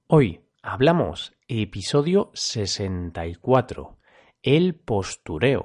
Hoy hablamos episodio 64, el postureo.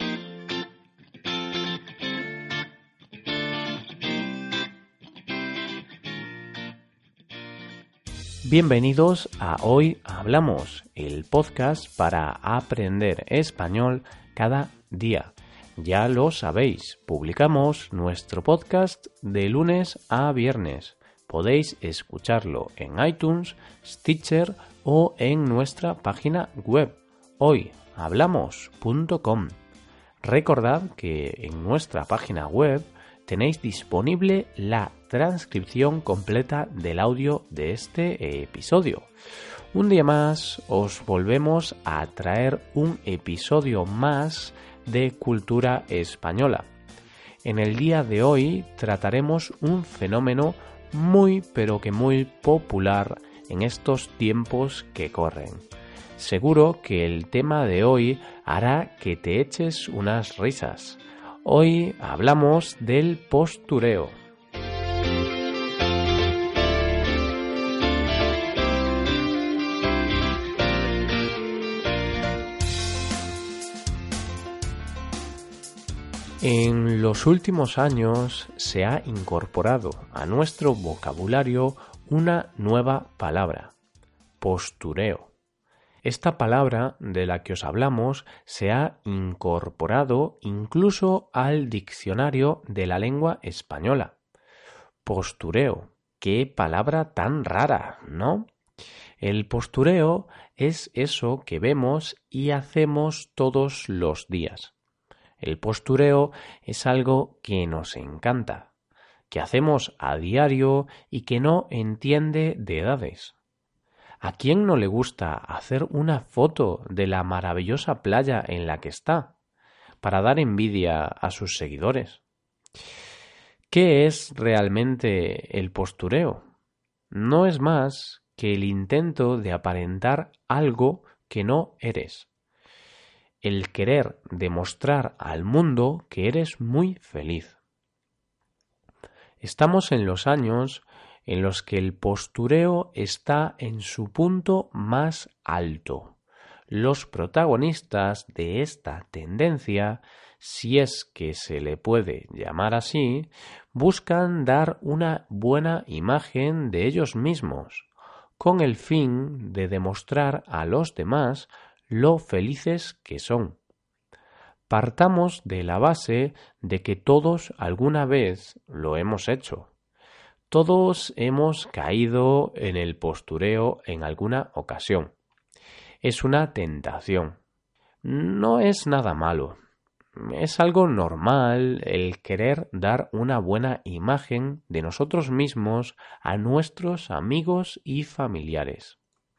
Bienvenidos a Hoy Hablamos, el podcast para aprender español cada día. Ya lo sabéis, publicamos nuestro podcast de lunes a viernes. Podéis escucharlo en iTunes, Stitcher o en nuestra página web hoyhablamos.com. Recordad que en nuestra página web tenéis disponible la transcripción completa del audio de este episodio. Un día más os volvemos a traer un episodio más de cultura española. En el día de hoy trataremos un fenómeno muy popular en estos tiempos que corren. Seguro que el tema de hoy hará que te eches unas risas. Hoy hablamos del postureo. En los últimos años se ha incorporado a nuestro vocabulario una nueva palabra, postureo. Esta palabra de la que os hablamos se ha incorporado incluso al diccionario de la lengua española. Postureo, qué palabra tan rara, ¿no? El postureo es eso que vemos y hacemos todos los días. El postureo es algo que nos encanta, que hacemos a diario y que no entiende de edades. ¿A quién no le gusta hacer una foto de la maravillosa playa en la que está, para dar envidia a sus seguidores? ¿Qué es realmente el postureo? No es más que el intento de aparentar algo que no eres. El querer demostrar al mundo que eres muy feliz. Estamos en los años en los que el postureo está en su punto más alto. Los protagonistas de esta tendencia, si es que se le puede llamar así, buscan dar una buena imagen de ellos mismos, con el fin de demostrar a los demás lo felices que son. Partamos de la base de que todos alguna vez lo hemos hecho. Todos hemos caído en el postureo en alguna ocasión. Es una tentación. No es nada malo. Es algo normal el querer dar una buena imagen de nosotros mismos a nuestros amigos y familiares.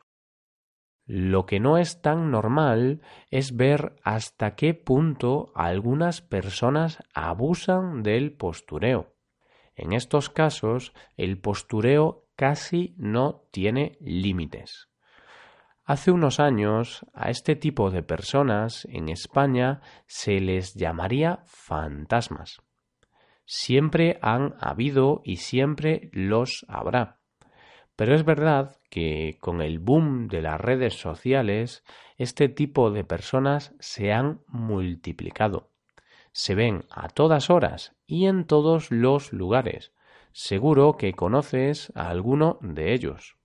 Lo que no es tan normal es ver hasta qué punto algunas personas abusan del postureo. En estos casos, el postureo casi no tiene límites. Hace unos años, a este tipo de personas en España se les llamaría fantasmas. Siempre han habido y siempre los habrá. Pero es verdad que con el boom de las redes sociales, este tipo de personas se han multiplicado. Se ven a todas horas y en todos los lugares. Seguro que conoces a alguno de ellos.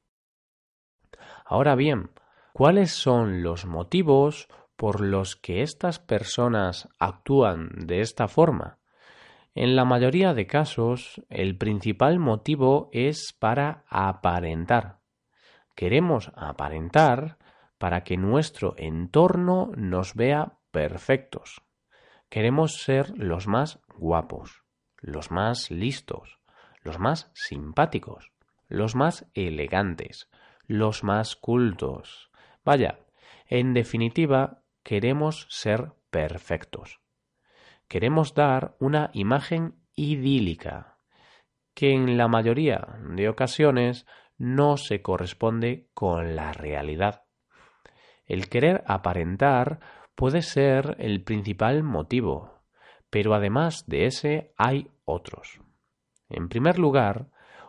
Ahora bien, ¿cuáles son los motivos por los que estas personas actúan de esta forma? En la mayoría de casos, el principal motivo es para aparentar. Queremos aparentar para que nuestro entorno nos vea perfectos. Queremos ser los más guapos, los más listos, los más simpáticos, los más elegantes, los más cultos. Vaya, en definitiva, queremos ser perfectos. Queremos dar una imagen idílica, que en la mayoría de ocasiones no se corresponde con la realidad. El querer aparentar puede ser el principal motivo, pero además de ese hay otros. En primer lugar,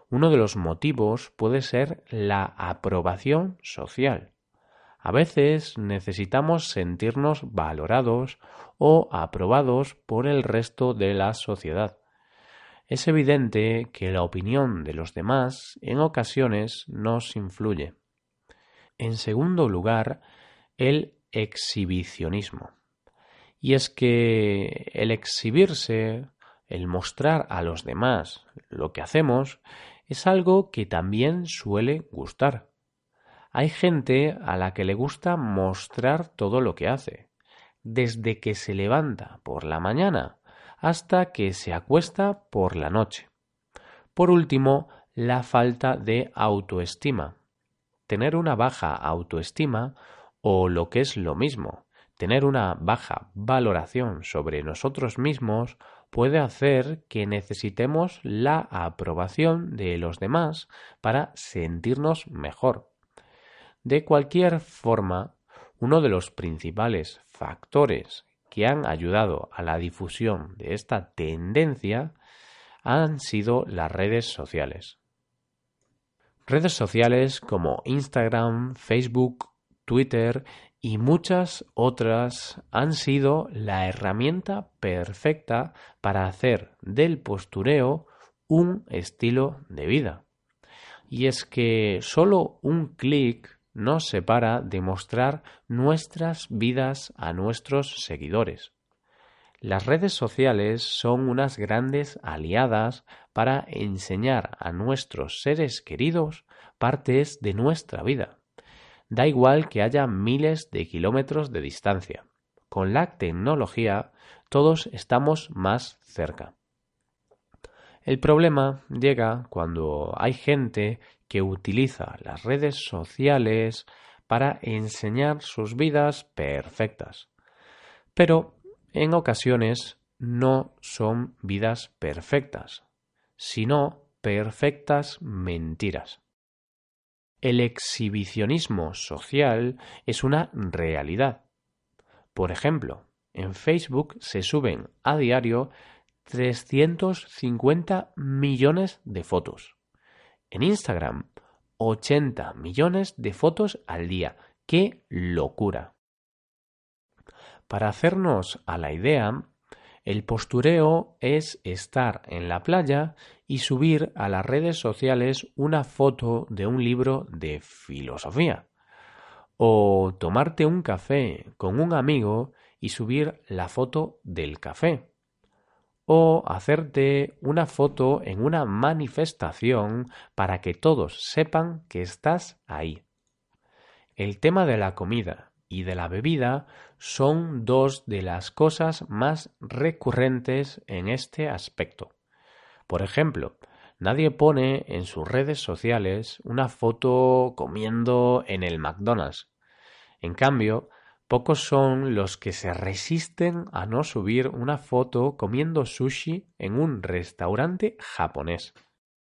Uno de los motivos puede ser la aprobación social. A veces necesitamos sentirnos valorados o aprobados por el resto de la sociedad. Es evidente que la opinión de los demás en ocasiones nos influye. En segundo lugar, el exhibicionismo. Y es que el exhibirse, el mostrar a los demás lo que hacemos, es algo que también suele gustar. Hay gente a la que le gusta mostrar todo lo que hace, desde que se levanta por la mañana hasta que se acuesta por la noche. Por último, la falta de autoestima. Tener una baja autoestima, o lo que es lo mismo, tener una baja valoración sobre nosotros mismos, puede hacer que necesitemos la aprobación de los demás para sentirnos mejor. De cualquier forma, uno de los principales factores que han ayudado a la difusión de esta tendencia han sido las redes sociales. Redes sociales como Instagram, Facebook, Twitter y muchas otras han sido la herramienta perfecta para hacer del postureo un estilo de vida. Y es que solo un clic nos separa de mostrar nuestras vidas a nuestros seguidores. Las redes sociales son unas grandes aliadas para enseñar a nuestros seres queridos partes de nuestra vida. Da igual que haya miles de kilómetros de distancia. Con la tecnología todos estamos más cerca. El problema llega cuando hay gente que utiliza las redes sociales para enseñar sus vidas perfectas. Pero en ocasiones no son vidas perfectas, sino perfectas mentiras. El exhibicionismo social es una realidad. Por ejemplo, en Facebook se suben a diario 350 millones de fotos. En Instagram, 80 millones de fotos al día. ¡Qué locura! Para hacernos a la idea, el postureo es estar en la playa y subir a las redes sociales una foto de un libro de filosofía. O tomarte un café con un amigo y subir la foto del café. O hacerte una foto en una manifestación para que todos sepan que estás ahí. El tema de la comida y de la bebida son dos de las cosas más recurrentes en este aspecto. Por ejemplo, nadie pone en sus redes sociales una foto comiendo en el McDonald's. En cambio, pocos son los que se resisten a no subir una foto comiendo sushi en un restaurante japonés.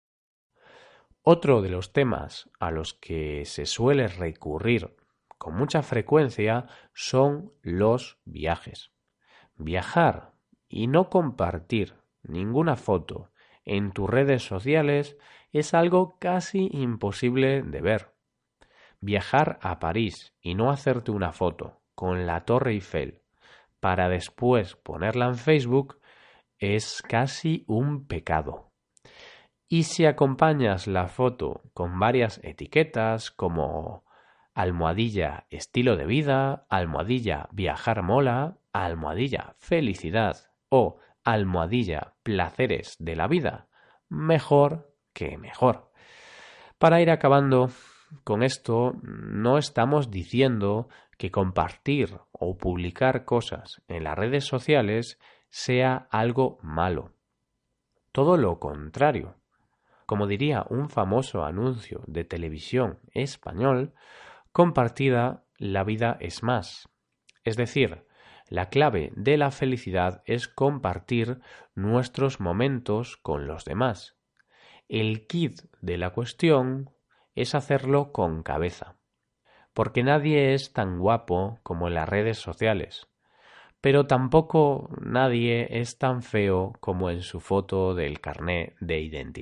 Otro de los temas a los que se suele recurrir con mucha frecuencia son los viajes. Viajar y no compartir ninguna foto en tus redes sociales es algo casi imposible de ver. Viajar a París y no hacerte una foto con la Torre Eiffel para después ponerla en Facebook es casi un pecado. Y si acompañas la foto con varias etiquetas como almohadilla estilo de vida, almohadilla viajar mola, almohadilla felicidad o almohadilla placeres de la vida, mejor que mejor. Para ir acabando con esto, no estamos diciendo que compartir o publicar cosas en las redes sociales sea algo malo. Todo lo contrario. Como diría un famoso anuncio de televisión español, compartida la vida es más. Es decir, la clave de la felicidad es compartir nuestros momentos con los demás. El quid de la cuestión es hacerlo con cabeza, porque nadie es tan guapo como en las redes sociales, pero tampoco nadie es tan feo como en su foto del carné de identidad.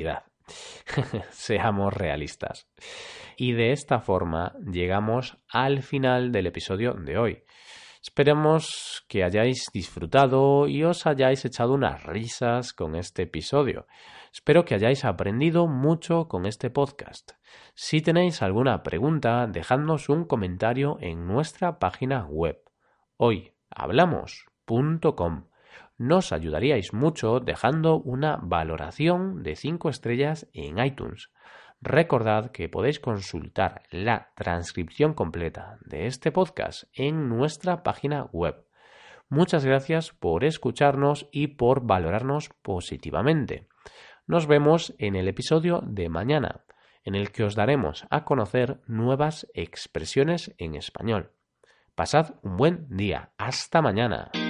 Seamos realistas. Y de esta forma llegamos al final del episodio de hoy. Esperemos que hayáis disfrutado y os hayáis echado unas risas con este episodio. Espero que hayáis aprendido mucho con este podcast. Si tenéis alguna pregunta, dejadnos un comentario en nuestra página web hoyhablamos.com. Nos ayudaríais mucho dejando una valoración de 5 estrellas en iTunes. Recordad que podéis consultar la transcripción completa de este podcast en nuestra página web. Muchas gracias por escucharnos y por valorarnos positivamente. Nos vemos en el episodio de mañana, en el que os daremos a conocer nuevas expresiones en español. Pasad un buen día. Hasta mañana.